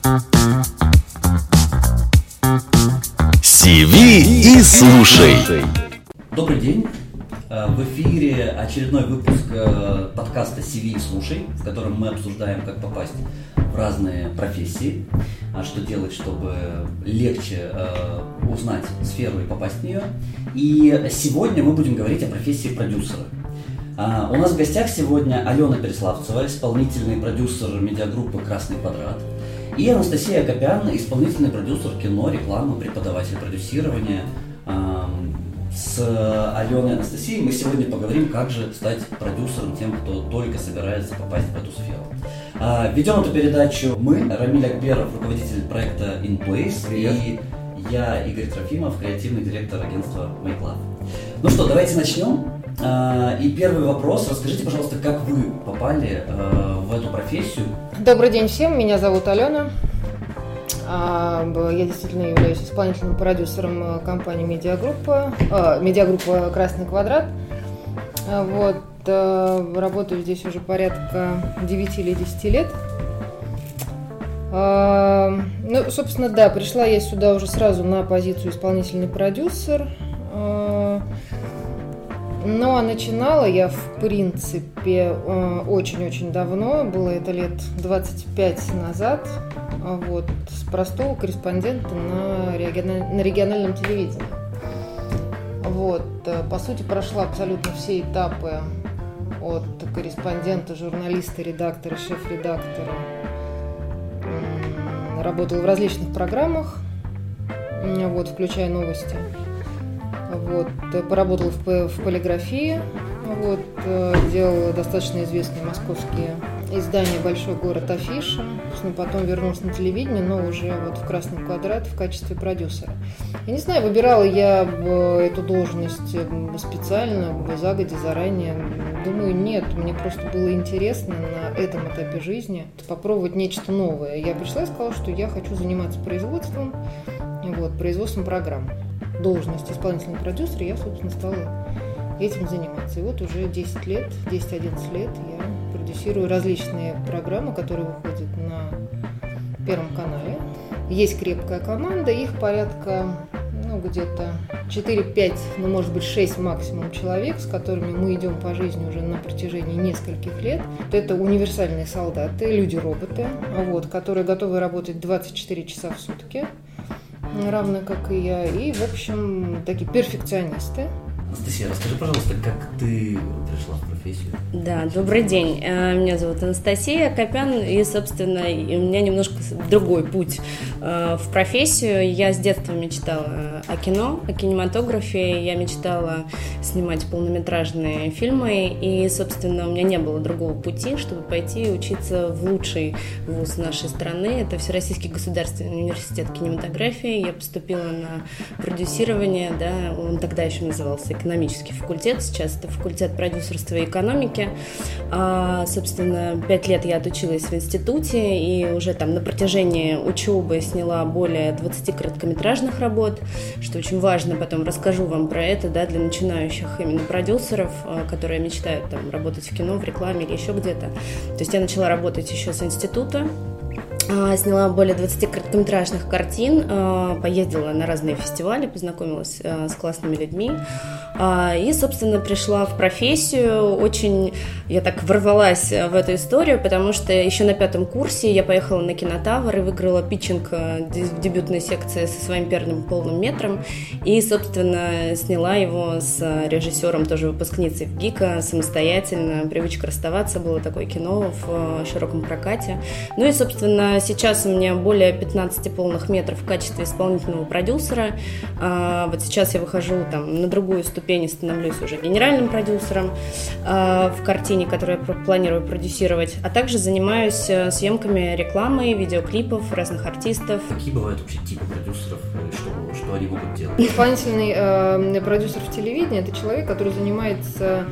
Сиви и слушай. Добрый день. В эфире очередной выпуск подкаста «Сиви и слушай», в котором мы обсуждаем, как попасть в разные профессии, что делать, чтобы легче узнать сферу и попасть в нее. И сегодня мы будем говорить о профессии продюсера. У нас в гостях сегодня Алена Переславцева, исполнительный продюсер медиагруппы «Красный квадрат», и Анастасия Акопян, исполнительный продюсер кино, рекламы, преподаватель продюсирования. С Аленой и Анастасией мы сегодня поговорим, как же стать продюсером тем, кто только собирается попасть в эту сферу. Ведем эту передачу мы, Рамиль Акберов, руководитель проекта InPlace, и я, Игорь Трофимов, креативный директор агентства MakeLove. Ну что, давайте начнем. И первый вопрос. Расскажите, пожалуйста, как вы попали в эту профессию? Добрый день всем, меня зовут Алена. Я действительно являюсь исполнительным продюсером компании медиагруппа «Красный квадрат». Работаю здесь уже порядка 9 или 10 лет. Собственно, да, пришла я сюда уже сразу на позицию исполнительный продюсер. Ну, а начинала я, в принципе, очень-очень давно, было это лет 25 назад, с простого корреспондента на региональном телевидении. По сути, прошла абсолютно все этапы от корреспондента, журналиста, редактора, шеф-редактора. Работала в различных программах, включая новости. Поработала в полиграфии, делала достаточно известные московские издания «Большой город», «Афиша». Потом вернулась на телевидение, но уже в «Красный квадрат» в качестве продюсера. Я не знаю, выбирала я эту должность специально, загодя, заранее. Думаю, нет, мне просто было интересно на этом этапе жизни попробовать нечто новое. Я пришла и сказала, что я хочу заниматься производством программ. Должность исполнительного продюсера, я, собственно, стала этим заниматься. И уже 10-11 лет я продюсирую различные программы, которые выходят на Первом канале. Есть крепкая команда, их порядка, где-то 4-5, может быть 6 максимум человек, с которыми мы идем по жизни уже на протяжении нескольких лет. Это универсальные солдаты, люди-роботы, которые готовы работать 24 часа в сутки, равно как и я, и, в общем, такие перфекционисты. Анастасия, расскажи, пожалуйста, как ты пришла в профессию? Да, добрый день. Меня зовут Анастасия Акопян, и, собственно, у меня немножко другой путь в профессию. Я с детства мечтала о кино, о кинематографе. Я мечтала снимать полнометражные фильмы, и, собственно, у меня не было другого пути, чтобы пойти учиться в лучший вуз нашей страны. Это Всероссийский государственный университет кинематографии. Я поступила на продюсирование, он тогда еще назывался экономический факультет, сейчас это факультет продюсерства и экономики. Собственно, 5 лет я отучилась в институте, и уже там на протяжении учебы сняла более 20 короткометражных работ, что очень важно, потом расскажу вам про это, для начинающих именно продюсеров, которые мечтают работать в кино, в рекламе или еще где-то. То есть я начала работать еще с института, сняла более 20 короткометражных картин, поездила на разные фестивали, познакомилась с классными людьми и, собственно, пришла в профессию. Очень я так ворвалась в эту историю, потому что еще на 5 курсе я поехала на Кинотавр и выиграла питчинг в дебютной секции со своим первым полным метром и, собственно, сняла его с режиссером, тоже выпускницей ГИКа, самостоятельно. «Привычка расставаться» было такое кино в широком прокате. Ну и, собственно, сейчас у меня более 15 полных метров в качестве исполнительного продюсера. Сейчас я выхожу на другую ступень и становлюсь уже генеральным продюсером в картине, которую я планирую продюсировать. А также занимаюсь съемками рекламы, видеоклипов разных артистов. Какие бывают вообще типы продюсеров? Что они могут делать? Исполнительный продюсер в телевидении – это человек, который занимается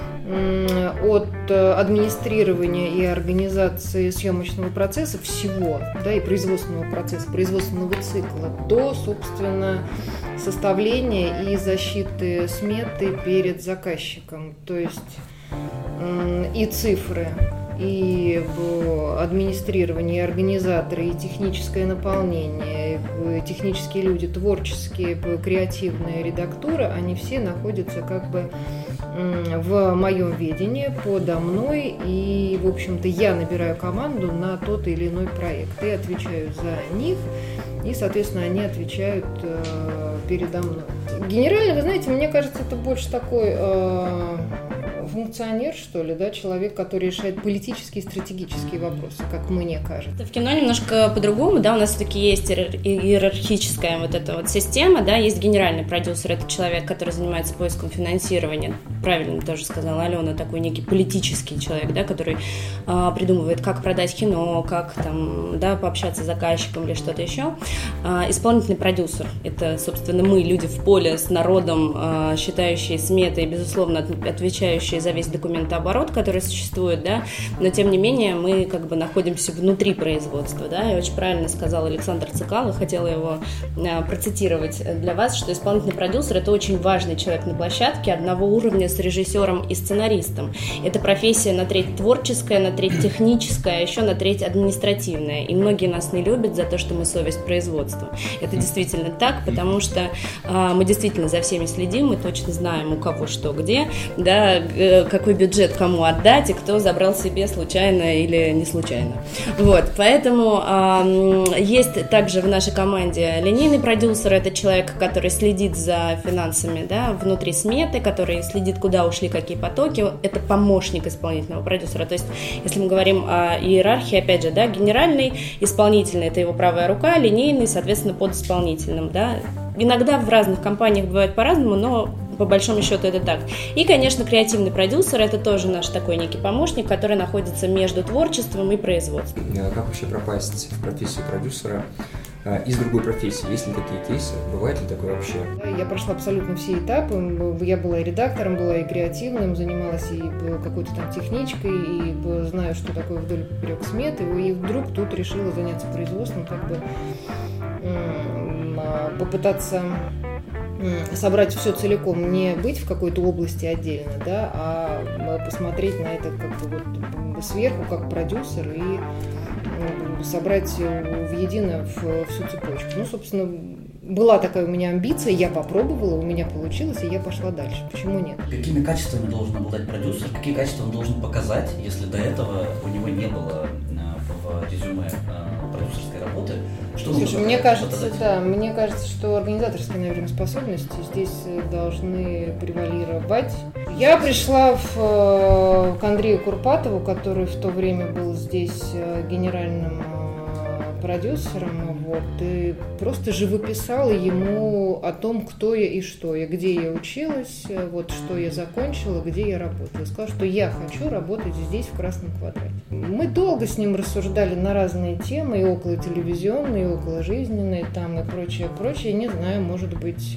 от администрирования и организации съемочного процесса всего, и производственного процесса, производственного цикла, до, собственно, составления и защиты сметы перед заказчиком. То есть и цифры, и администрирование, и организаторы, и техническое наполнение, и технические люди, творческие, креативные, редактура, они все находятся как бы в моем ведении, подо мной, и, в общем-то, я набираю команду на тот или иной проект и отвечаю за них, и, соответственно, они отвечают передо мной. Генерально, вы знаете, мне кажется, это больше такой функционер, что ли, да, человек, который решает политические и стратегические вопросы, как мне кажется. В кино немножко по-другому, да, у нас все-таки есть иерархическая вот эта вот система, да, есть генеральный продюсер, это человек, который занимается поиском финансирования, правильно тоже сказала Алена, такой некий политический человек, да, который придумывает, как продать кино, как там, да, пообщаться с заказчиком или что-то еще. Исполнительный продюсер, это, собственно, мы, люди в поле с народом, считающие сметы и, безусловно, отвечающие за весь документооборот, который существует, да, но тем не менее мы как бы находимся внутри производства, да, и очень правильно сказал Александр Цикало, хотела его процитировать для вас, что исполнительный продюсер – это очень важный человек на площадке, одного уровня с режиссером и сценаристом. Это профессия на треть творческая, на треть техническая, а еще на треть административная, и многие нас не любят за то, что мы совесть производства. Это действительно так, потому что мы действительно за всеми следим, мы точно знаем, у кого что где, да, какой бюджет кому отдать и кто забрал себе случайно или не случайно. Вот, поэтому есть также в нашей команде линейный продюсер, это человек, который следит за финансами, да, внутри сметы, который следит, куда ушли какие потоки, это помощник исполнительного продюсера. То есть, если мы говорим о иерархии, опять же, да, генеральный, исполнительный – это его правая рука, линейный, соответственно, под исполнительным, да. Иногда в разных компаниях бывает по-разному, но по большому счету это так. И, конечно, креативный продюсер – это тоже наш такой некий помощник, который находится между творчеством и производством. Как вообще пропасть в профессию продюсера из другой профессии? Есть ли такие кейсы? Бывает ли такое вообще? Я прошла абсолютно все этапы. Я была и редактором, была и креативным, занималась и какой-то там техничкой, и знаю, что такое вдоль поперек сметы. И вдруг тут решила заняться производством, как бы попытаться собрать все целиком, не быть в какой-то области отдельно, да, а посмотреть на это как бы вот сверху, как продюсер, и собрать воедино всю цепочку. Ну, собственно, была такая у меня амбиция, я попробовала, у меня получилось, и я пошла дальше. Почему нет? Какими качествами должен обладать продюсер? Какие качества он должен показать, если до этого у него не было в резюме продюсерской работы? Что Слушай, мне кажется, что организаторские, наверное, способности здесь должны превалировать. Я пришла к Андрею Курпатову, который в то время был здесь генеральным продюсером, вот, и просто живописала ему о том, кто я и что я, где я училась, вот, что я закончила, где я работала. Сказала, что я хочу работать здесь, в Красном квадрате. Мы долго с ним рассуждали на разные темы, и около телевизионные, и около жизненные, там, и прочее, прочее. Не знаю, может быть,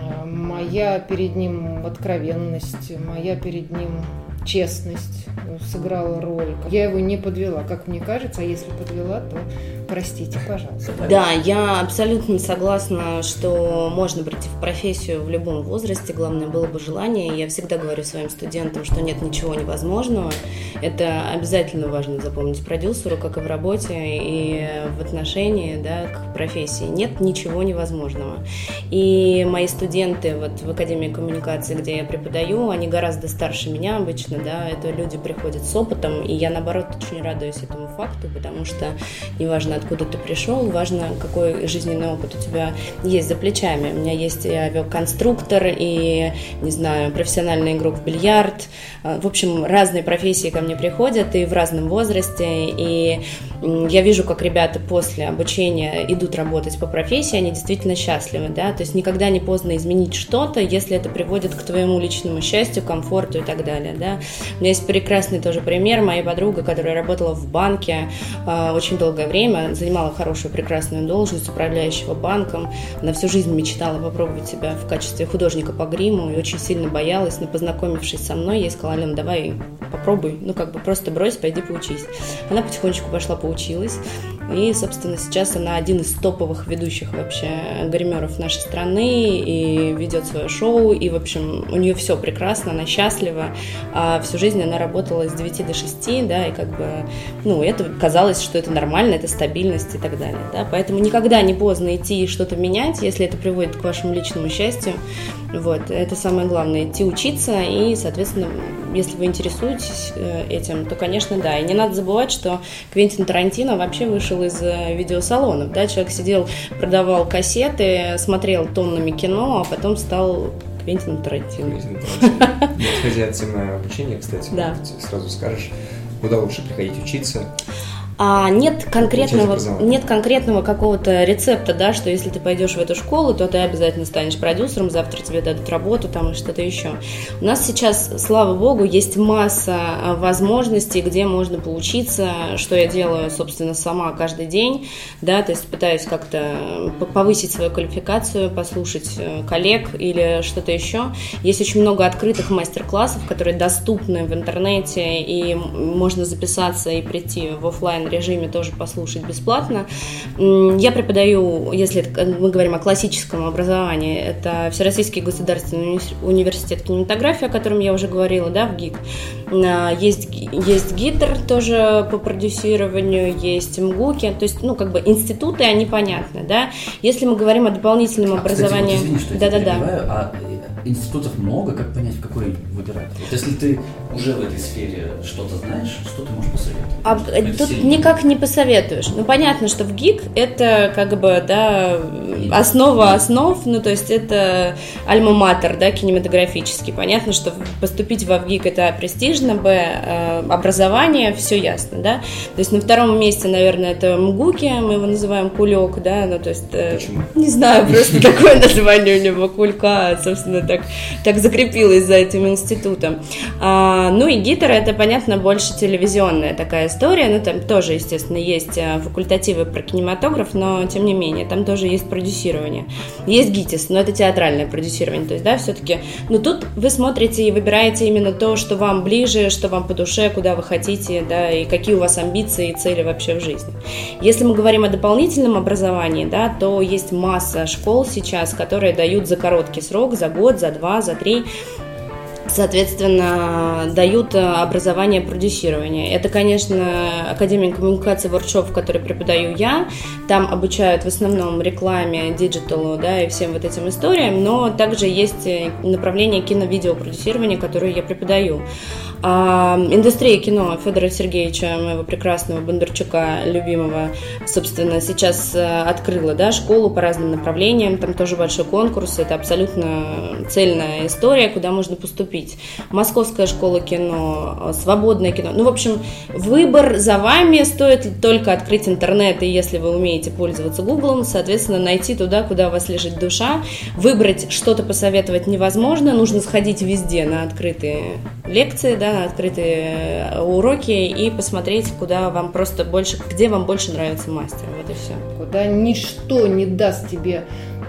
моя перед ним откровенность, моя перед ним честность сыграла роль. Я его не подвела, как мне кажется, а если подвела, то простите, пожалуйста. Да, я абсолютно согласна, что можно прийти в профессию в любом возрасте, главное было бы желание. Я всегда говорю своим студентам, что нет ничего невозможного. Это обязательно важно запомнить продюсеру, как и в работе, и в отношении, да, к профессии. Нет ничего невозможного. И мои студенты вот в Академии коммуникации, где я преподаю, они гораздо старше меня обычно, да, это люди приходят с опытом, и я, наоборот, очень радуюсь этому факту, потому что неважно, откуда ты пришел, важно, какой жизненный опыт у тебя есть за плечами. У меня есть и авиаконструктор, и, не знаю, профессиональный игрок в бильярд. В общем, разные профессии ко мне приходят, и в разном возрасте, и я вижу, как ребята после обучения идут работать по профессии, они действительно счастливы, да, то есть никогда не поздно изменить что-то, если это приводит к твоему личному счастью, комфорту и так далее, да. У меня есть прекрасный тоже пример, моя подруга, которая работала в банке очень долгое время, занимала хорошую, прекрасную должность управляющего банком, она всю жизнь мечтала попробовать себя в качестве художника по гриму и очень сильно боялась, но познакомившись со мной, я сказала: Алена, давай попробуй, ну как бы просто брось, пойди поучись. Она потихонечку пошла поучилась, И, собственно, сейчас она один из топовых ведущих вообще гримеров нашей страны и ведет свое шоу. И, в общем, у нее все прекрасно, она счастлива. А всю жизнь она работала с 9 до 6, да, и как бы, ну, это казалось, что это нормально, это стабильность и так далее, да. Поэтому никогда не поздно идти и что-то менять, если это приводит к вашему личному счастью. Вот, это самое главное, идти учиться, и, соответственно, если вы интересуетесь этим, то, конечно, да. И не надо забывать, что Квентин Тарантино вообще вышел из видеосалонов, да, человек сидел, продавал кассеты, смотрел тоннами кино, а потом стал Квентином Тарантино. Отходя от темы обучения, кстати, да. Сразу скажешь, куда лучше приходить учиться? Нет конкретного какого-то рецепта, да, что если ты пойдешь в эту школу, то ты обязательно станешь продюсером, завтра тебе дадут работу там и что-то еще. У нас сейчас, слава богу, есть масса возможностей, где можно поучиться, что я делаю, собственно, сама каждый день, да, то есть пытаюсь как-то повысить свою квалификацию, послушать коллег или что-то еще. Есть очень много открытых мастер-классов, которые доступны в интернете, и можно записаться и прийти в офлайн режиме тоже послушать бесплатно. Я преподаю, если мы говорим о классическом образовании, это Всероссийский государственный университет кинематографии, о котором я уже говорила, да, в ГИК. Есть ГИТР тоже по продюсированию, есть МГУКи, то есть, ну, как бы институты, они понятны, да. Если мы говорим о дополнительном образовании... Кстати, вот извини, что я тебя перебиваю, институтов много, как понять, в какой выбирать? Вот если ты уже в этой сфере что-то знаешь, что ты можешь посоветовать? Тут никак не посоветуешь. Ну, понятно, что в ГИК это как бы, да, основа основ, ну, то есть это альма-матер, да, кинематографический. Понятно, что поступить в ГИК это престижно, образование, все ясно, да. То есть на втором месте, наверное, это МГУКи, мы его называем Кулек, да, ну, то есть... Почему? Не знаю, просто такое название у него, Кулька, собственно, так закрепилось за этим институтом. Ну и ГИТР, это, понятно, больше телевизионная такая история, ну там тоже, естественно, есть факультативы про кинематограф, но тем не менее, там тоже есть продюсирование. Есть ГИТИС, но это театральное продюсирование, то есть, да, все-таки, ну тут вы смотрите и выбираете именно то, что вам ближе, что вам по душе, куда вы хотите, да, и какие у вас амбиции и цели вообще в жизни. Если мы говорим о дополнительном образовании, да, то есть масса школ сейчас, которые дают за короткий срок, за год, за 2, за 3, соответственно, дают образование продюсирования. Это, конечно, Академия коммуникации воркшоп, в которой преподаю я. Там обучают в основном рекламе, диджиталу, да, и всем вот этим историям, но также есть направление кино-видеопродюсирования, которое я преподаю. Индустрия кино Федора Сергеевича, моего прекрасного Бондарчука, любимого, собственно, сейчас открыла, да, школу по разным направлениям, там тоже большой конкурс, это абсолютно цельная история, куда можно поступить. Московская школа кино, свободное кино, ну, в общем, выбор за вами, стоит только открыть интернет, и если вы умеете пользоваться Гуглом, соответственно, найти туда, куда у вас лежит душа, выбрать что-то посоветовать невозможно, нужно сходить везде на открытые лекции, да, на открытые уроки и посмотреть, куда вам просто больше, где вам больше нравится мастер. Вот и все. Куда ничто не даст тебе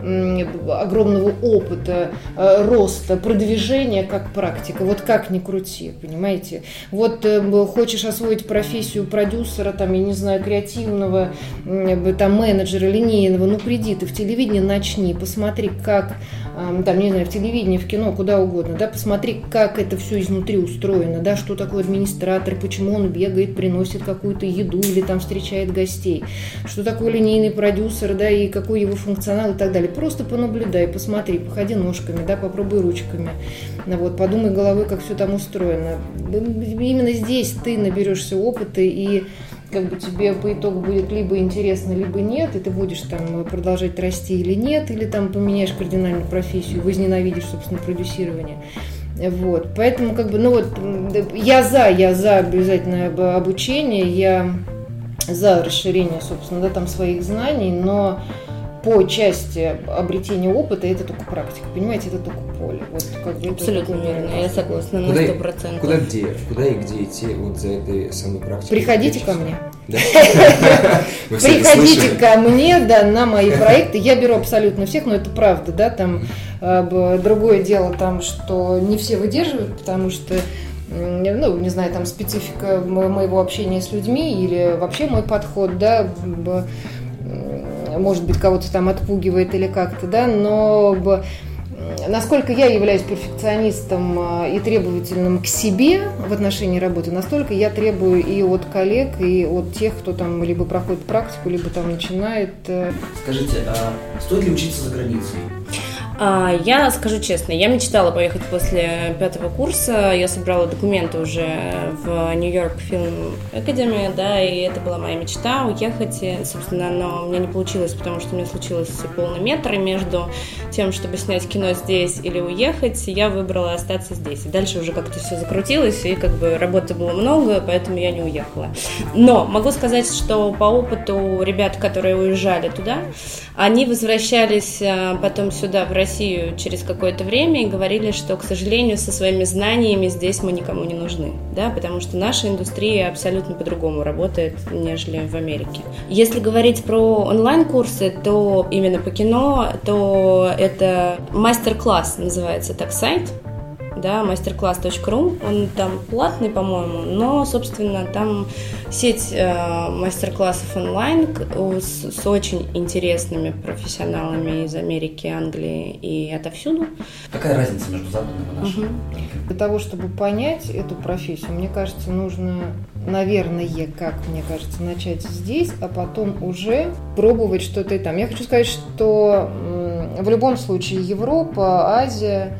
огромного опыта, роста, продвижения как практика. Вот как ни крути, понимаете? Вот хочешь освоить профессию продюсера, там, я не знаю, креативного, там, менеджера, линейного, ну, приди ты в телевидение, начни, посмотри, как, там, не знаю, в телевидении, в кино, куда угодно, да, посмотри, как это все изнутри устроено, да, что такое администратор, почему он бегает, приносит какую-то еду или там встречает гостей, что такое линейный продюсер, да, и какой его функционал и так далее. Просто понаблюдай, посмотри, походи ножками, да, попробуй ручками, вот, подумай головой, как все там устроено. Именно здесь ты наберешься опыта, и как бы тебе по итогу будет либо интересно, либо нет, и ты будешь там продолжать расти или нет, или там поменяешь кардинальную профессию, возненавидишь, собственно, продюсирование. Вот, поэтому как бы, ну вот, я за обязательное обучение, я за расширение, собственно, да, там своих знаний, но по части обретения опыта это только практика, понимаете, это только поле. Вот, как бы, абсолютно верно, я согласна на 100%. Куда и где идти вот за этой самой практикой? Приходите ко мне. Приходите ко мне, да, на мои проекты. Я беру абсолютно всех, но это правда, да, там другое дело, там, что не все выдерживают, потому что ну, не знаю, там специфика моего общения с людьми или вообще мой подход, да, может быть, кого-то там отпугивает или как-то, да, но насколько я являюсь перфекционистом и требовательным к себе в отношении работы, настолько я требую и от коллег, и от тех, кто там либо проходит практику, либо там начинает. Скажите, а стоит ли учиться за границей? Я скажу честно, я мечтала поехать после 5 курса, я собрала документы уже в Нью-Йорк Film Academy, да, и это была моя мечта уехать, собственно, но у меня не получилось, потому что у меня случилось полный метр, и между тем, чтобы снять кино здесь или уехать, я выбрала остаться здесь. И дальше уже как-то все закрутилось, и как бы работы было много, поэтому я не уехала. Но могу сказать, что по опыту ребят, которые уезжали туда, они возвращались потом сюда, в Россию, через какое-то время и говорили, что, к сожалению, со своими знаниями здесь мы никому не нужны, да, потому что наша индустрия абсолютно по-другому работает, нежели в Америке. Если говорить про онлайн-курсы, то именно по кино, то это мастер-класс, называется так сайт, да, masterclass.ru, он там платный, по-моему, но, собственно, там сеть мастер-классов онлайн с очень интересными профессионалами из Америки, Англии и отовсюду. Какая разница между западным и нашим? Для того, чтобы понять эту профессию, мне кажется, нужно, наверное, как мне кажется, начать здесь, а потом уже пробовать что-то и там. Я хочу сказать, что в любом случае Европа, Азия,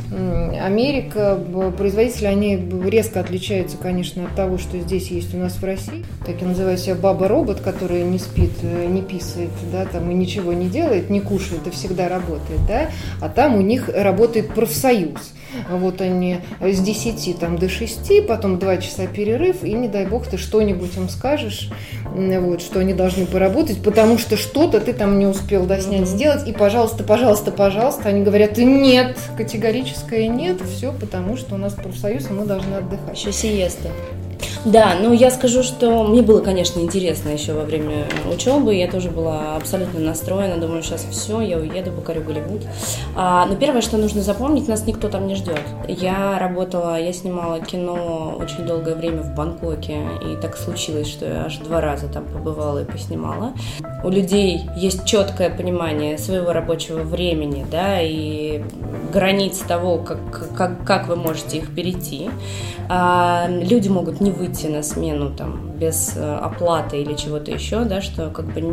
Америка, производители, они резко отличаются, конечно, от того, что здесь есть у нас в России. Так я называю себя баба-робот, которая не спит, не писает, да, там, и ничего не делает, не кушает и всегда работает, да, а там у них работает профсоюз. Вот они с 10 там, до 6, потом 2 часа перерыв, и не дай бог ты что-нибудь им скажешь, вот, что они должны поработать, потому что что-то ты там не успел доснять, сделать, и пожалуйста, они говорят, нет, категорическое нет, все, потому что у нас профсоюз, и мы должны отдыхать. Еще сиеста. Да, ну я скажу, что мне было, конечно, интересно еще во время учебы, я тоже была абсолютно настроена, думаю, сейчас все, я уеду, покорю Голливуд. Но первое, что нужно запомнить, нас никто там не ждет. Я снимала кино очень долгое время в Бангкоке, и так случилось, что я аж 2 раза там побывала и поснимала. У людей есть четкое понимание своего рабочего времени, да, и границ того, как вы можете их перейти. Люди могут не выйти на смену там без оплаты или чего-то еще, да, что как бы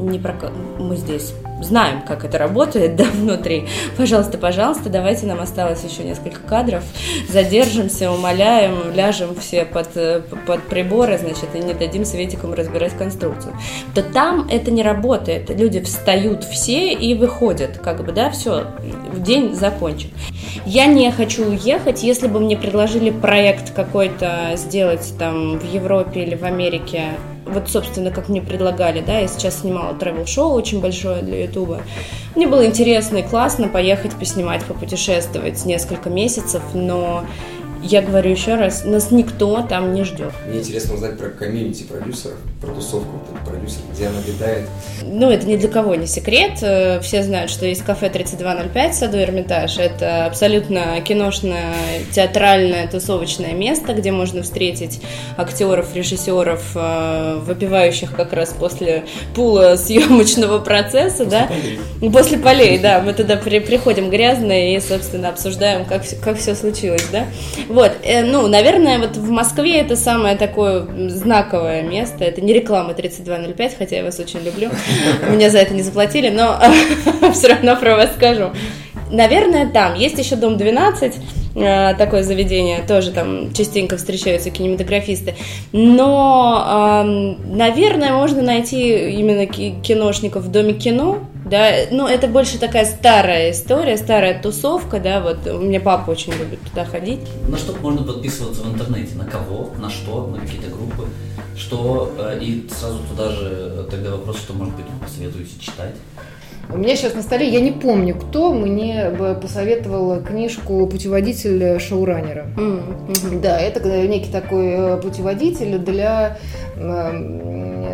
мы здесь знаем, как это работает, да, внутри. Пожалуйста, давайте, нам осталось еще несколько кадров, задержимся, умоляем, ляжем все под приборы, значит, и не дадим Светикам разбирать конструкцию. То там это не работает, люди встают все и выходят, как бы, да, все, день закончен. Я не хочу уехать, если бы мне предложили проект какой-то сделать там в Европе или в Америке, вот, собственно, как мне предлагали, да, я сейчас снимала travel-шоу очень большое для Ютуба. Мне было интересно и классно поехать, поснимать, попутешествовать несколько месяцев, но я говорю еще раз, нас никто там не ждет. Мне интересно узнать про комьюнити продюсеров, про тусовку продюсеров, где она обитает. Ну, это ни для кого не секрет. Все знают, что есть кафе 3205 в саду Эрмитаж. Это абсолютно киношное, театральное, тусовочное место, где можно встретить актеров, режиссеров, выпивающих как раз после пула съемочного процесса, да? После полей, да. Мы туда приходим грязные и, собственно, обсуждаем, как все случилось, да? Вот, ну, наверное, вот в Москве это самое такое знаковое место. Это не реклама 3205, хотя я вас очень люблю. Меня за это не заплатили, но все равно про вас скажу. Наверное, там есть еще Дом 12, такое заведение, тоже там частенько встречаются кинематографисты. Но, наверное, можно найти именно киношников в Доме кино. Да, ну, это больше такая старая история, старая тусовка, да, вот у меня папа очень любит туда ходить. На что можно подписываться в интернете? На кого? На что? На какие-то группы? Что? И сразу туда же тогда вопрос, что, может быть, вы посоветуете читать? У меня сейчас на столе, я не помню, кто мне посоветовал книжку «Путеводитель шоураннера». Да, это некий такой путеводитель для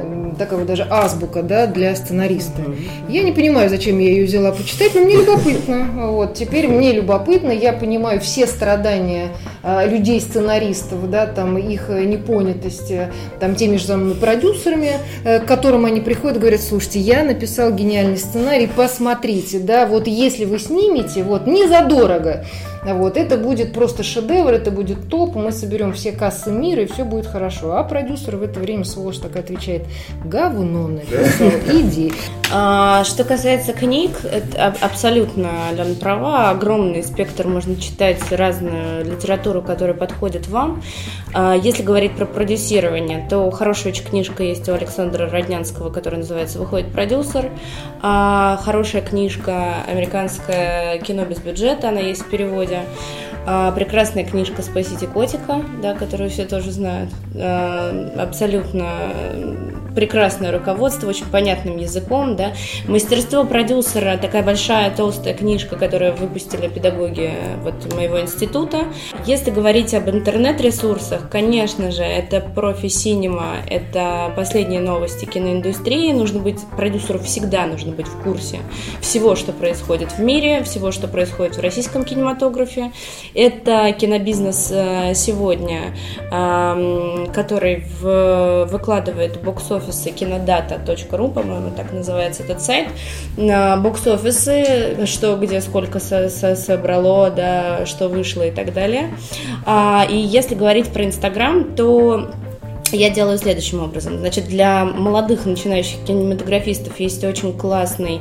такая вот даже азбука, да, для сценариста. Я не понимаю, зачем я ее взяла почитать, но мне любопытно. Вот, теперь мне любопытно, я понимаю все страдания людей-сценаристов, да, там, их непонятость там, теми же самыми продюсерами, к которым они приходят и говорят: слушайте, я написал гениальный сценарий, посмотрите, да, вот если вы снимете, вот, не задорого, вот, это будет просто шедевр, это будет топ, мы соберем все кассы мира, и все будет хорошо. А продюсер в это время, сволочь такая, отвечает: говно написал, иди. Что касается книг, это абсолютно Алена права, огромный спектр, можно читать разную литературу, которая подходит вам. Если говорить про продюсирование, то хорошая очень книжка есть у Александра Роднянского, которая называется «Выходит продюсер». Хорошая книжка «Американское кино без бюджета», она есть в переводе. Прекрасная книжка «Спасите котика», да, которую все тоже знают. Абсолютно прекрасное руководство, очень понятным языком. Да. «Мастерство продюсера» — такая большая толстая книжка, которую выпустили педагоги вот, моего института. Если говорить об интернет-ресурсах, конечно же, это профи-синема, это последние новости киноиндустрии. Продюсеру всегда нужно быть в курсе всего, что происходит в мире, всего, что происходит в российском кинематографе. Это «Кинобизнес сегодня», который выкладывает бокс-офисы кинодата.ру, по-моему, так называется этот сайт. Бокс-офисы, что, где, сколько собрало, да, что вышло и так далее. И если говорить про Инстаграм, то я делаю следующим образом. Значит, для молодых начинающих кинематографистов есть очень классный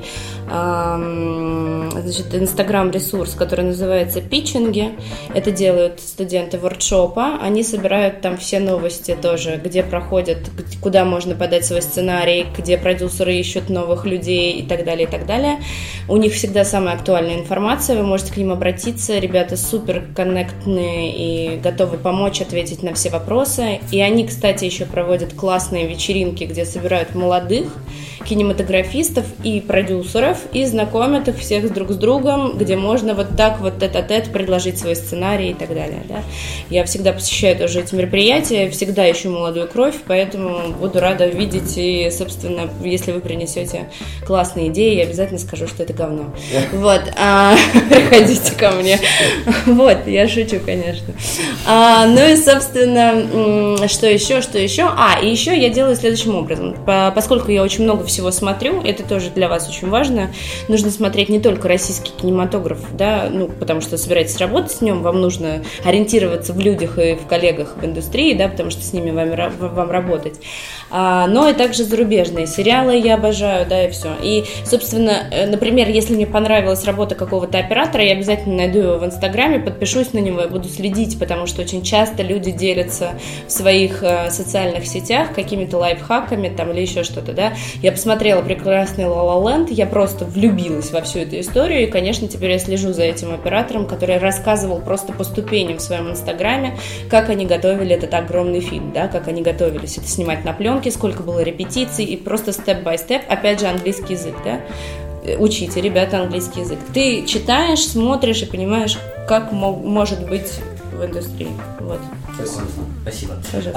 инстаграм-ресурс, который называется «Питчинги». Это делают студенты воркшопа. Они собирают там все новости тоже, где проходят, куда можно подать свой сценарий, где продюсеры ищут новых людей и так далее, и так далее. У них всегда самая актуальная информация, вы можете к ним обратиться. Ребята супер коннектные и готовы помочь, ответить на все вопросы. И они, кстати, еще проводят классные вечеринки, где собирают молодых кинематографистов и продюсеров и знакомят их всех друг с другом, где можно вот так вот тет-а-тет предложить свой сценарий и так далее. Да? Я всегда посещаю тоже эти мероприятия, всегда ищу молодую кровь, поэтому буду рада видеть, и, собственно, если вы принесете классные идеи, я обязательно скажу, что это говно. Вот, приходите ко мне. Вот, я шучу, конечно. Ну и, собственно, что еще? И еще я делаю следующим образом. Поскольку я очень много всего смотрю, это тоже для вас очень важно, нужно смотреть не только российский кинематограф, да, ну, потому что собираетесь работать с ним, вам нужно ориентироваться в людях и в коллегах в индустрии, да, потому что с ними вам работать, но и также зарубежные сериалы я обожаю, да, и все. И, собственно, например, если мне понравилась работа какого-то оператора, я обязательно найду его в Инстаграме, подпишусь на него и буду следить, потому что очень часто люди делятся в своих социальных сетях какими-то лайфхаками там или еще что-то, да. Я посмотрела прекрасный La La Land, я просто влюбилась во всю эту историю, и, конечно, теперь я слежу за этим оператором, который рассказывал просто по ступеням в своем Инстаграме, как они готовили этот огромный фильм, да, как они готовились это снимать на пленке, сколько было репетиций, и просто степ-бай-степ, опять же, английский язык, да. Учите, ребята, английский язык. Ты читаешь, смотришь и понимаешь, как может быть в индустрии. Вот. Спасибо.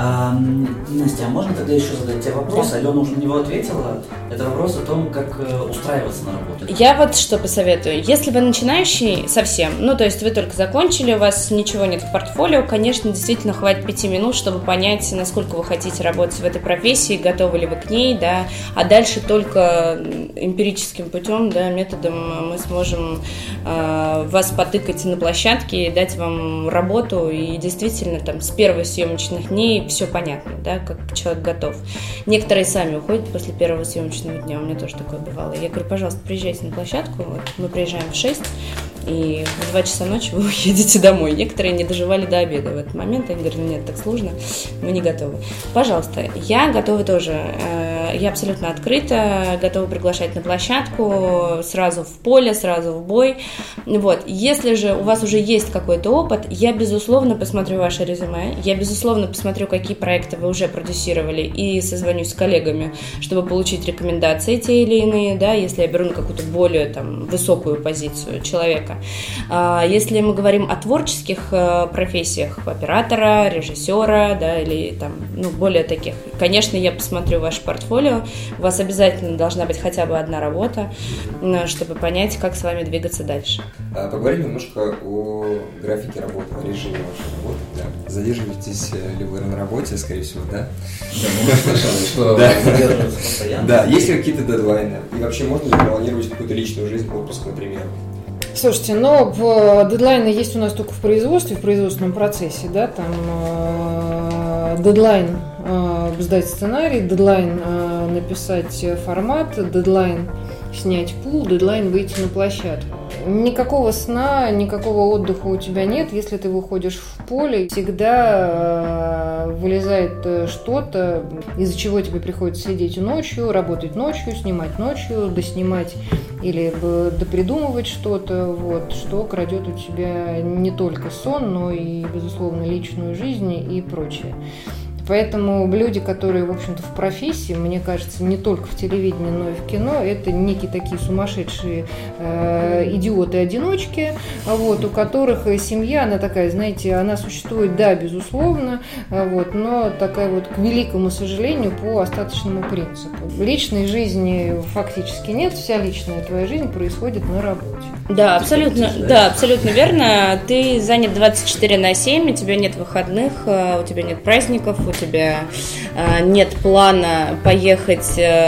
Настя, а можно тогда еще задать тебе вопрос? Да. Алена уже на него ответила. Это вопрос о том, как устраиваться на работу. Я вот что посоветую. Если вы начинающий совсем, ну, то есть вы только закончили, у вас ничего нет в портфолио, конечно, действительно хватит 5 минут, чтобы понять, насколько вы хотите работать в этой профессии, готовы ли вы к ней, да, а дальше только эмпирическим путем, да, методом мы сможем вас потыкать на площадке и дать вам работу, и действительно там с первых съемочных дней все понятно, да, как человек готов. Некоторые сами уходят после первого съемочного дня, у меня тоже такое бывало. Я говорю, пожалуйста, приезжайте на площадку, вот, мы приезжаем в 6, и в 2 часа ночи вы уедете домой. Некоторые не доживали до обеда в этот момент, они говорили, нет, так сложно, мы не готовы. Пожалуйста, я готова тоже, я абсолютно открыта, готова приглашать на площадку, сразу в поле, сразу в бой. Вот. Если же у вас уже есть какой-то опыт, я, безусловно, посмотрю ваше резюме резюме. Я, безусловно, посмотрю, какие проекты вы уже продюсировали, и созвонюсь с коллегами, чтобы получить рекомендации те или иные, да, если я беру на какую-то более там высокую позицию человека. Если мы говорим о творческих профессиях, оператора, режиссера, да, или там, более таких, конечно, я посмотрю ваше портфолио. У вас обязательно должна быть хотя бы одна работа, чтобы понять, как с вами двигаться дальше. Поговорим немножко о графике работы, о режиме вашей работы. Да. Задерживаетесь ли вы на работе, скорее всего, да? Да, мы слышали, что задерживаются постоянно. Да, есть ли какие-то дедлайны? И вообще можно ли планировать какую-то личную жизнь, отпуск, например? Слушайте, дедлайны есть у нас только в производстве, в производственном процессе, да, там дедлайн сдать сценарий, дедлайн написать формат, дедлайн снять пул, дедлайн выйти на площадку. Никакого сна, никакого отдыха у тебя нет. Если ты выходишь в поле, всегда вылезает что-то, из-за чего тебе приходится сидеть ночью, работать ночью, снимать ночью, доснимать или допридумывать что-то, что крадет у тебя не только сон, но и, безусловно, личную жизнь и прочее. Поэтому люди, которые, в общем-то, в профессии, мне кажется, не только в телевидении, но и в кино, это некие такие сумасшедшие идиоты-одиночки, у которых семья, она такая, знаете, она существует, да, безусловно, но такая к великому сожалению, по остаточному принципу. Личной жизни фактически нет, вся личная твоя жизнь происходит на работе. Да, абсолютно верно. Ты занят 24/7, у тебя нет выходных, у тебя нет праздников, у тебя нет плана поехать,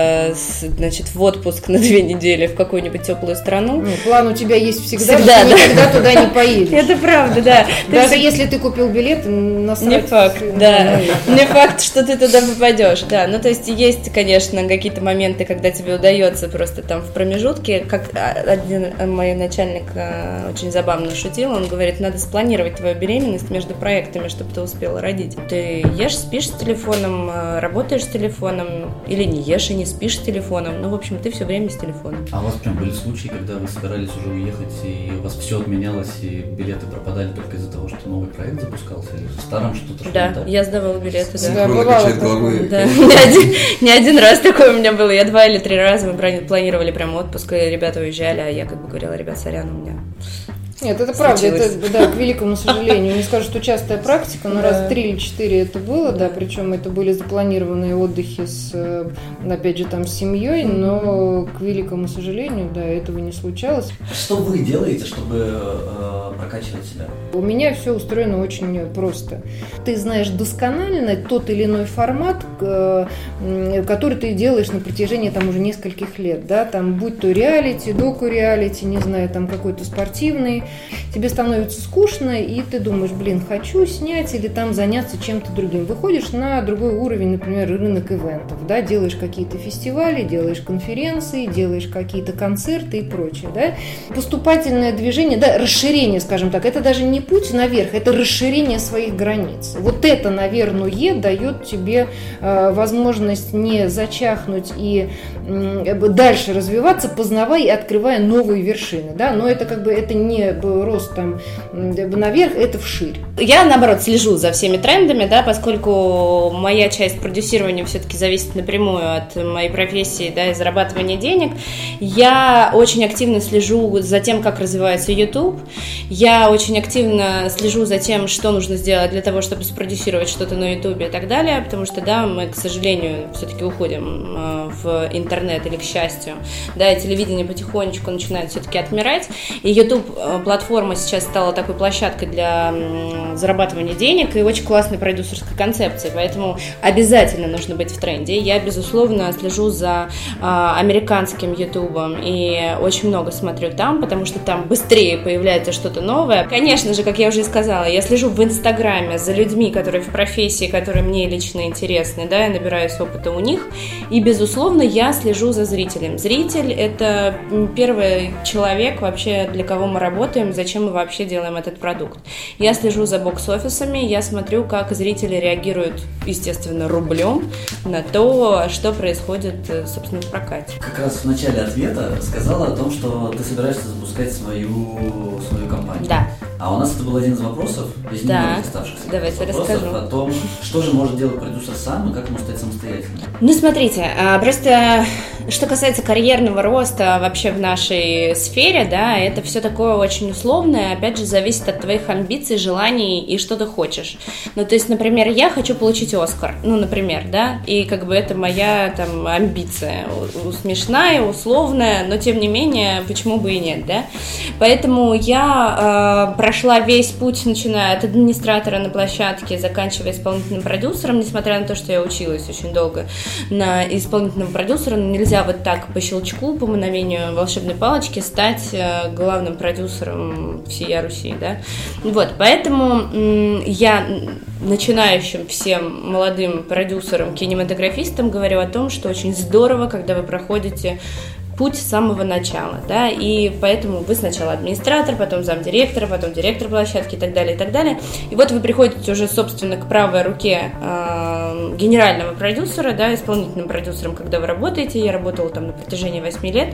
в отпуск на 2 недели в какую-нибудь теплую страну. План у тебя есть всегда, но ты никогда туда не поедешь. Это правда, да. Даже если ты купил билет, насрать. Не факт, да. Не факт, что ты туда попадешь, да. То есть есть, конечно, какие-то моменты, когда тебе удается просто там в промежутке, как один мой начальник очень забавно шутил, он говорит, надо спланировать твою беременность между проектами, чтобы ты успела родить. Ты ешь, спишь с телефоном, работаешь с телефоном, или не ешь и не спишь с телефоном. В общем, ты все время с телефоном. А у вас прям были случаи, когда вы собирались уже уехать, и у вас все отменялось, и билеты пропадали только из-за того, что новый проект запускался, или в старом что-то шло? Да, я сдавала билеты, да. Качает головой. Да. Не один раз такое у меня было. Я 2 или 3 раза, мы планировали прям отпуск, и ребята уезжали, а я говорила, ребят, сорян, у меня... Нет, это правда, это, к великому сожалению. Не скажу, что частая практика, но раз 3 или 4 это было, да, причем это были запланированные отдыхи опять же, с семьей, но, к великому сожалению, да, этого не случалось. Что вы делаете, чтобы прокачивать себя? У меня все устроено очень просто. Ты знаешь досконально тот или иной формат, который ты делаешь на протяжении уже нескольких лет, да, будь то реалити, доку-реалити, не знаю, какой-то спортивный. Тебе становится скучно, и ты думаешь, хочу снять или заняться чем-то другим. Выходишь на другой уровень, например, рынок ивентов, да, делаешь какие-то фестивали, делаешь конференции, делаешь какие-то концерты и прочее, да. Поступательное движение, да, расширение, скажем так, это даже не путь наверх, это расширение своих границ. Это, наверное, дает тебе возможность не зачахнуть и дальше развиваться, познавая и открывая новые вершины, да, но это это не рост наверх, это вширь. Я, наоборот, слежу за всеми трендами, да, поскольку моя часть продюсирования все-таки зависит напрямую от моей профессии, да, и зарабатывания денег. Я очень активно слежу за тем, как развивается YouTube. Я очень активно слежу за тем, что нужно сделать для того, чтобы спродюсировать что-то на YouTube и так далее, потому что, да, мы, к сожалению, все-таки уходим в интернет или, к счастью, да, и телевидение потихонечку начинает все-таки отмирать, и YouTube-платформа сейчас стала такой площадкой для зарабатывания денег и очень классной продюсерской концепцией, поэтому обязательно нужно быть в тренде. Я, безусловно, слежу за американским ютубом и очень много смотрю там, потому что там быстрее появляется что-то новое. Конечно же, как я уже и сказала, я слежу в Инстаграме за людьми, которые в профессии, которые мне лично интересны, да, я набираюсь опыта у них, и, безусловно, я слежу за зрителем. Зритель – это первый человек вообще, для кого мы работаем, зачем мы вообще делаем этот продукт. Я слежу за бокс-офисами, я смотрю, как зрители реагируют, естественно, рублем на то, что происходит, собственно, в прокате. Как раз в начале ответа сказала о том, что ты собираешься запускать свою компанию. Да. А у нас это был один из вопросов, из немногих оставшихся давайте вопросов расскажу. о том, что же может делать продюсер сам и как ему стать самостоятельным. Ну, смотрите, просто что касается карьерного роста вообще в нашей сфере, да, это все такое очень условное, опять же, зависит от твоих амбиций, желаний и что ты хочешь. Ну, то есть, например, я хочу получить Оскар, ну, например, да, и как бы это моя там амбиция, смешная, условная, но тем не менее, почему бы и нет, да. Поэтому я прошла весь путь, начиная от администратора на площадке, заканчивая исполнительным продюсером, несмотря на то, что я училась очень долго на исполнительного продюсера, но нельзя вот так по щелчку, по мгновению волшебной палочки стать главным продюсером всей Руси, да. Вот, поэтому я начинающим всем молодым продюсерам, кинематографистам говорю о том, что очень здорово, когда вы проходите путь с самого начала, да, и поэтому вы сначала администратор, потом замдиректора, потом директор площадки и так далее, и так далее. И вот вы приходите уже, собственно, к правой руке генерального продюсера, да, исполнительным продюсером, когда вы работаете. Я работала там на протяжении 8 лет.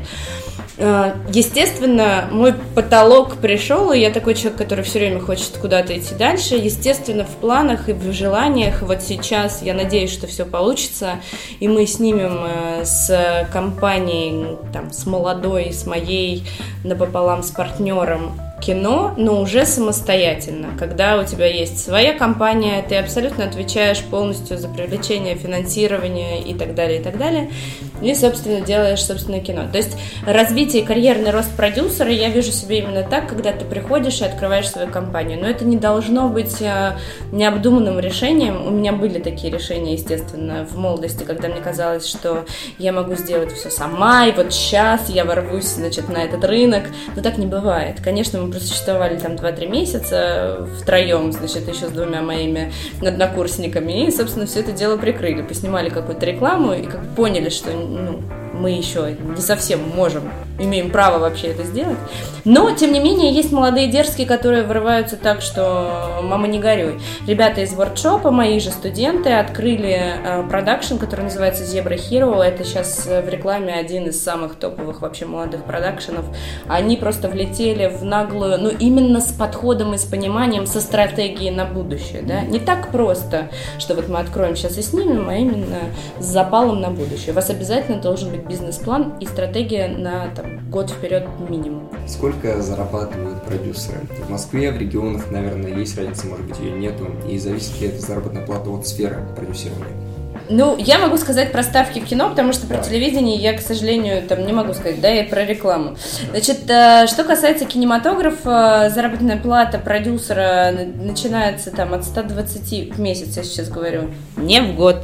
Естественно, мой потолок пришел, и я такой человек, который все время хочет куда-то идти дальше. Естественно, в планах и в желаниях вот сейчас я надеюсь, что все получится, и мы снимем с компанией, там, с молодой, с моей, напополам с партнером кино, но уже самостоятельно. Когда у тебя есть своя компания, ты абсолютно отвечаешь полностью за привлечение, финансирование и так далее, и, собственно, делаешь собственное кино. То есть развитие и карьерный рост продюсера я вижу себе именно так, когда ты приходишь и открываешь свою компанию. Но это не должно быть необдуманным решением. У меня были такие решения, естественно, в молодости, когда мне казалось, что я могу сделать все сама, и вот сейчас я ворвусь, значит, на этот рынок. Но так не бывает. Конечно, мы просуществовали там 2-3 месяца втроем, значит, еще с 2 моими однокурсниками, и, собственно, все это дело прикрыли. Поснимали какую-то рекламу и как поняли, что, мы еще не совсем имеем право вообще это сделать. Но, тем не менее, есть молодые дерзкие, которые вырываются так, что мама не горюй. Ребята из воркшопа, мои же студенты, открыли продакшн, который называется Zebra Hero. Это сейчас в рекламе один из самых топовых вообще молодых продакшенов. Они просто влетели в наглую, именно с подходом и с пониманием, со стратегией на будущее. Да? Не так просто, что вот мы откроем сейчас и снимем, а именно с запалом на будущее. У вас обязательно должен быть бизнес-план и стратегия на год вперед минимум. Сколько зарабатывают продюсеры? В Москве, в регионах, наверное, есть разница, может быть, ее нету. И зависит ли эта заработная плата от сферы продюсирования? Я могу сказать про ставки в кино, потому что про телевидение я, к сожалению, не могу сказать, да, и про рекламу. Значит, что касается кинематографа, заработная плата продюсера начинается от 120 в месяц, я сейчас говорю, не в год,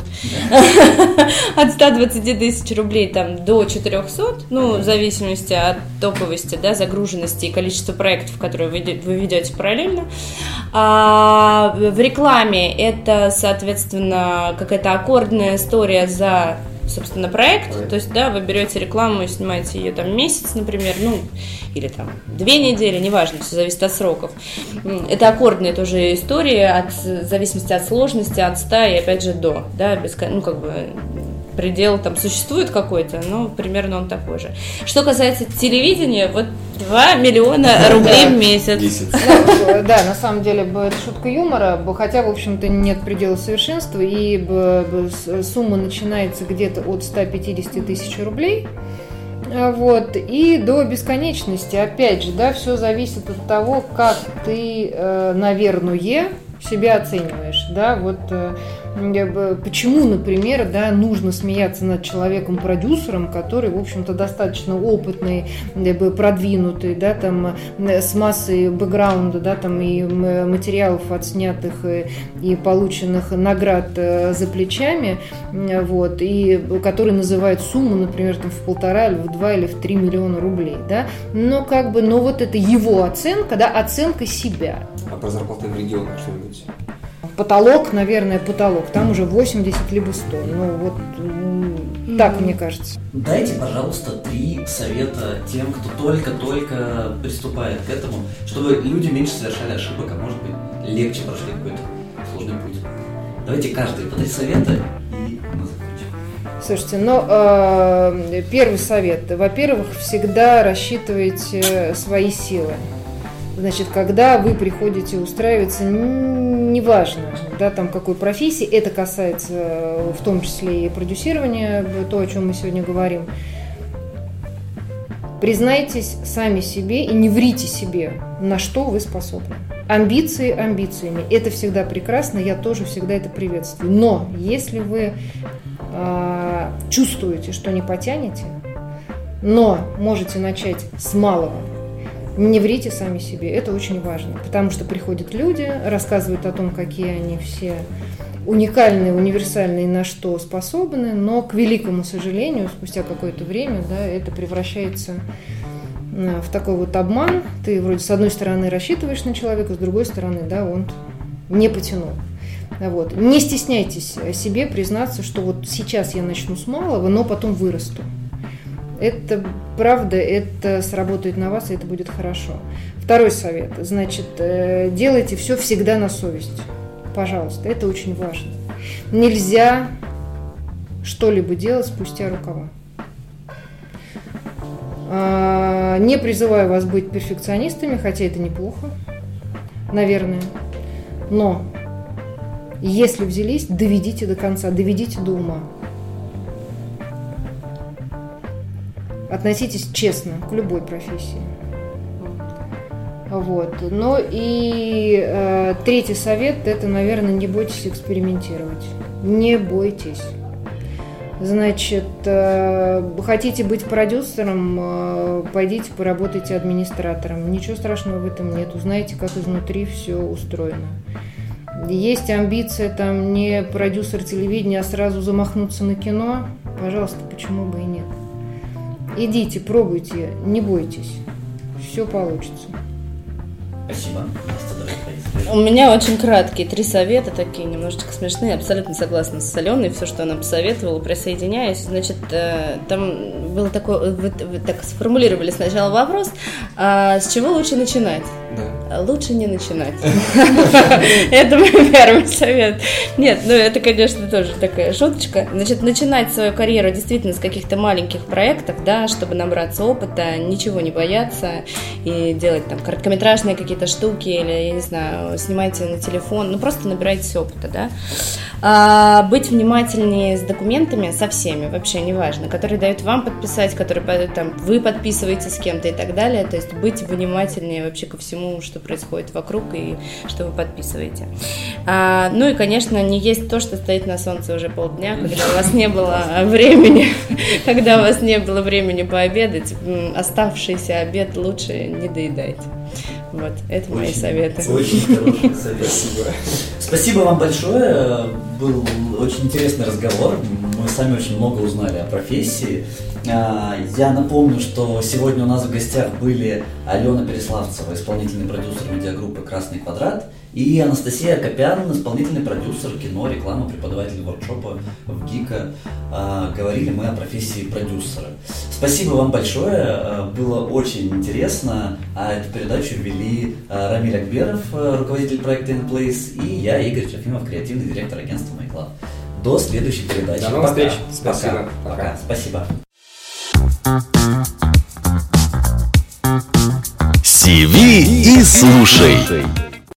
от 120 тысяч рублей до 400, в зависимости от топовости, да, загруженности и количества проектов, которые вы ведете параллельно. А в рекламе это, соответственно, какая-то аккордная история за, собственно, проект. То есть, да, вы берете рекламу и снимаете ее месяц, например, или 2 недели, неважно, все зависит от сроков. Это аккордные тоже истории, в зависимости от сложности, от 100 и опять же до, да, предел существует какой-то, но примерно он такой же. Что касается телевидения, 2 миллиона рублей в месяц. Да, на самом деле, это шутка юмора, хотя, в общем-то, нет предела совершенства, и сумма начинается где-то от 150 тысяч рублей, и до бесконечности. Опять же, да, все зависит от того, как ты, наверное, себя оцениваешь, да, почему, например, да, нужно смеяться над человеком-продюсером, который, в общем-то, достаточно опытный, продвинутый, да, с массой бэкграунда, да, и материалов отснятых и полученных наград за плечами, и который называет сумму, например, в 1,5, или в 2, или в 3 миллиона рублей, да, но это его оценка, да, оценка себя. А про зарплаты в регионах что-нибудь? Потолок, наверное, там уже 80 либо 100. Так мне кажется. Дайте, пожалуйста, 3 совета тем, кто только-только приступает к этому, чтобы люди меньше совершали ошибок, а может быть, легче прошли какой-то сложный путь. Давайте каждый по 3 совета, и мы закончим. Слушайте, первый совет. Во-первых, всегда рассчитывайте свои силы. Значит, когда вы приходите устраиваться, неважно, да, там какой профессии, это касается в том числе и продюсирования, то, о чем мы сегодня говорим. Признайтесь сами себе и не врите себе, на что вы способны. Амбиции амбициями. Это всегда прекрасно, я тоже всегда это приветствую. Но если вы чувствуете, что не потянете, но можете начать с малого, не врите сами себе, это очень важно, потому что приходят люди, рассказывают о том, какие они все уникальные, универсальные, на что способны, но, к великому сожалению, спустя какое-то время, да, это превращается в такой вот обман. Ты вроде с одной стороны рассчитываешь на человека, с другой стороны, да, он не потянул. Вот. Не стесняйтесь себе признаться, что вот сейчас я начну с малого, но потом вырасту. Это правда, это сработает на вас, и это будет хорошо. Второй совет. Значит, делайте все всегда на совесть. Пожалуйста, это очень важно. Нельзя что-либо делать спустя рукава. Не призываю вас быть перфекционистами, хотя это неплохо, наверное. Но если взялись, доведите до конца, доведите до ума. Относитесь честно к любой профессии. Вот. Ну и третий совет – это, наверное, не бойтесь экспериментировать. Не бойтесь. Значит, хотите быть продюсером, пойдите поработайте администратором. Ничего страшного в этом нет. Узнаете, как изнутри все устроено. Есть амбиция там не продюсер телевидения, а сразу замахнуться на кино. Пожалуйста, почему бы и нет. Идите, пробуйте, не бойтесь. Все получится. Спасибо. У меня очень краткие 3 совета, такие немножечко смешные. Абсолютно согласна с Аленой, все, что она посоветовала, присоединяюсь. Значит, там был такой, вы так сформулировали сначала вопрос, с чего лучше начинать? Да. Лучше не начинать. Это мой первый совет. Нет, ну это, конечно, тоже такая шуточка. Значит, начинать свою карьеру действительно с каких-то маленьких проектов, да, чтобы набраться опыта, ничего не бояться и делать там короткометражные какие-то штуки или, я не знаю, снимайте на телефон, ну просто набирайтесь опыта, да. Быть внимательнее с документами, со всеми, вообще неважно, которые дают вам подписать, которые там вы подписываете с кем-то и так далее, то есть быть внимательнее вообще ко всему, что происходит вокруг и что вы подписываете. Ну и, конечно, не есть то, что стоит на солнце уже полдня, когда у вас не было времени, когда у вас не было времени пообедать, оставшийся обед лучше не доедайте. Вот, это мои советы. Очень хороший совет. Спасибо. Спасибо вам большое. Был очень интересный разговор. Мы сами очень много узнали о профессии. Я напомню, что сегодня у нас в гостях были Алена Переславцева, исполнительный продюсер медиагруппы «Красный квадрат», и Анастасия Акопян, исполнительный продюсер кино, рекламы, преподаватель воркшопа в ГИКа. Говорили мы о профессии продюсера. Спасибо вам большое, было очень интересно. Эту передачу вели Рамиль Акберов, руководитель проекта InPlace, и я, Игорь Трофимов, креативный директор агентства «Майклав». До следующей передачи. До новых встреч. Спасибо. Пока. Спасибо. Сиви и слушай.